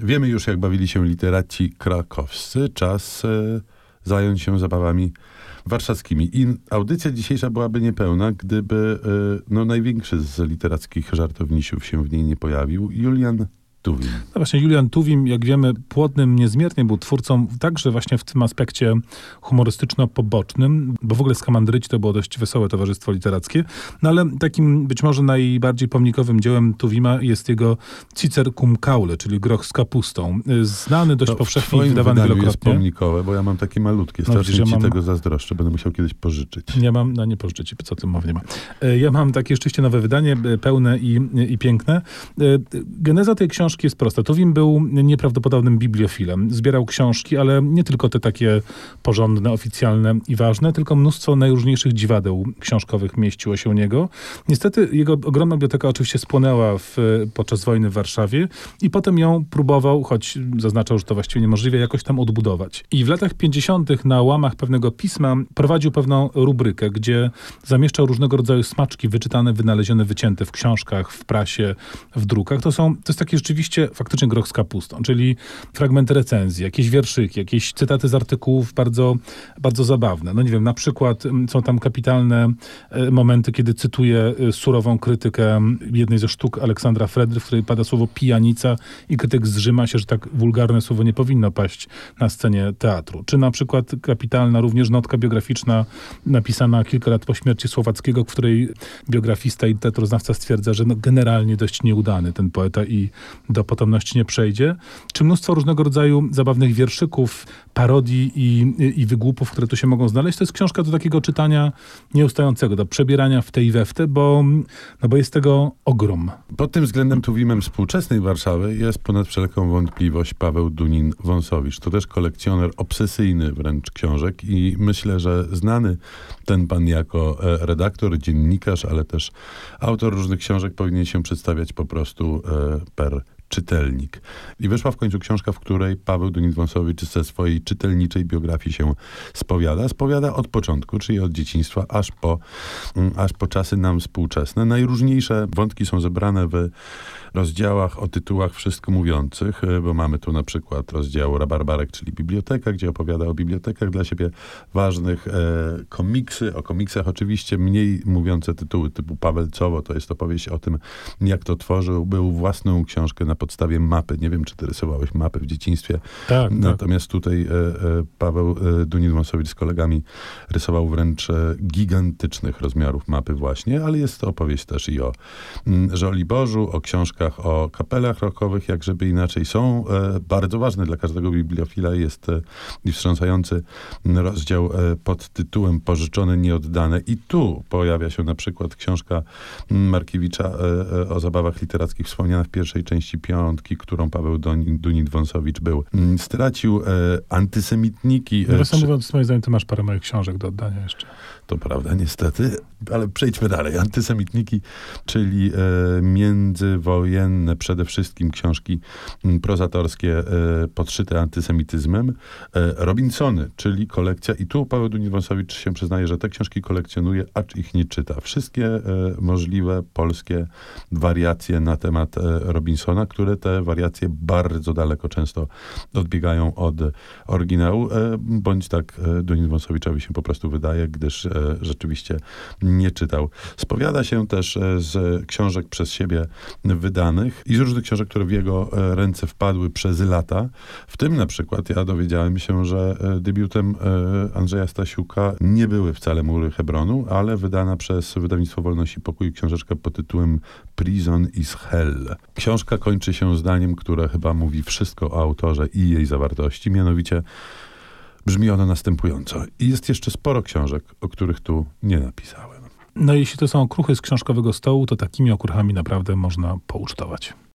Wiemy już, jak bawili się literaci krakowscy. Czas zająć się zabawami warszawskimi. I audycja dzisiejsza byłaby niepełna, gdyby największy z literackich żartownisiów się w niej nie pojawił. Julian Tuwim. No właśnie, Julian Tuwim, jak wiemy, płodnym niezmiernie był twórcą także właśnie w tym aspekcie humorystyczno-pobocznym, bo w ogóle Skamandryci to było dość wesołe towarzystwo literackie. No ale takim być może najbardziej pomnikowym dziełem Tuwima jest jego Cicer cum caule, czyli groch z kapustą. Znany dość powszechnie i wydawany wielokrotnie. Jest pomnikowe, bo ja mam takie malutkie. Strasznie ci tego zazdroszczę. Będę musiał kiedyś pożyczyć. Ja mam, nie pożyczę ci, co tym mowy nie ma. Ja mam takie rzeczywiście nowe wydanie, pełne i piękne. Geneza tej książki jest prosta. Tuwim był nieprawdopodobnym bibliofilem. Zbierał książki, ale nie tylko te takie porządne, oficjalne i ważne, tylko mnóstwo najróżniejszych dziwadeł książkowych mieściło się u niego. Niestety jego ogromna biblioteka oczywiście spłonęła podczas wojny w Warszawie i potem ją próbował, choć zaznaczał, że to właściwie niemożliwe, jakoś tam odbudować. I w latach 50. na łamach pewnego pisma prowadził pewną rubrykę, gdzie zamieszczał różnego rodzaju smaczki wyczytane, wynalezione, wycięte w książkach, w prasie, w drukach. To jest takie rzeczywiście faktycznie groch z kapustą, czyli fragmenty recenzji, jakieś wierszyki, jakieś cytaty z artykułów bardzo, bardzo zabawne. No nie wiem, na przykład są tam kapitalne momenty, kiedy cytuję surową krytykę jednej ze sztuk Aleksandra Fredry, w której pada słowo pijanica i krytyk zrzyma się, że tak wulgarne słowo nie powinno paść na scenie teatru. Czy na przykład kapitalna również notka biograficzna napisana kilka lat po śmierci Słowackiego, w której biografista i teatroznawca stwierdza, że generalnie dość nieudany ten poeta i do potomności nie przejdzie, czy mnóstwo różnego rodzaju zabawnych wierszyków, parodii i wygłupów, które tu się mogą znaleźć. To jest książka do takiego czytania nieustającego, do przebierania w te i we w te, bo jest tego ogrom. Pod tym względem Tuwimem współczesnej Warszawy jest ponad wszelką wątpliwość Paweł Dunin-Wąsowicz. To też kolekcjoner obsesyjny wręcz książek i myślę, że znany ten pan jako redaktor, dziennikarz, ale też autor różnych książek powinien się przedstawiać po prostu per czytelnik. I wyszła w końcu książka, w której Paweł Dunin-Wąsowicz ze swojej czytelniczej biografii się spowiada. Spowiada od początku, czyli od dzieciństwa, aż po czasy nam współczesne. Najróżniejsze wątki są zebrane w rozdziałach o tytułach wszystko mówiących, bo mamy tu na przykład rozdział Rabarbarek, czyli biblioteka, gdzie opowiada o bibliotekach dla siebie ważnych, komiksy, o komiksach oczywiście mniej mówiące tytuły typu Pawelcowo, to jest opowieść o tym, jak to tworzył, był własną książkę na podstawie mapy. Nie wiem, czy ty rysowałeś mapy w dzieciństwie. Tak. Natomiast tutaj Paweł Dunin-Wąsowicz z kolegami rysował wręcz gigantycznych rozmiarów mapy właśnie, ale jest to opowieść też i o Żoliborzu, o książkach o kapelach rockowych, jak żeby inaczej, są bardzo ważne dla każdego bibliofila. Jest wstrząsający rozdział pod tytułem Pożyczone, nieoddane. I tu pojawia się na przykład książka Markiewicza o zabawach literackich, wspomniana w pierwszej części Piątki, którą Paweł Dunin-Wąsowicz stracił. Antysemitniki. Nawiasem mówiąc, moim zdaniem, ty masz parę moich książek do oddania jeszcze. To prawda, niestety, ale przejdźmy dalej. Antysemitniki, czyli międzywojenne przede wszystkim książki prozatorskie podszyte antysemityzmem. Robinsony, czyli kolekcja. I tu Paweł Dunin-Wąsowicz się przyznaje, że te książki kolekcjonuje, acz ich nie czyta. Wszystkie możliwe polskie wariacje na temat Robinsona, które te wariacje bardzo daleko często odbiegają od oryginału, bądź tak Dunin-Wąsowiczowi się po prostu wydaje, gdyż rzeczywiście nie czytał. Spowiada się też z książek przez siebie wydanych i z różnych książek, które w jego ręce wpadły przez lata. W tym na przykład ja dowiedziałem się, że debiutem Andrzeja Stasiuka nie były wcale Mury Hebronu, ale wydana przez wydawnictwo Wolność i Pokój książeczka pod tytułem Prison is Hell. Książka kończy się zdaniem, które chyba mówi wszystko o autorze i jej zawartości, mianowicie brzmi ono następująco. I jest jeszcze sporo książek, o których tu nie napisałem. No jeśli to są okruchy z książkowego stołu, to takimi okruchami naprawdę można poucztować.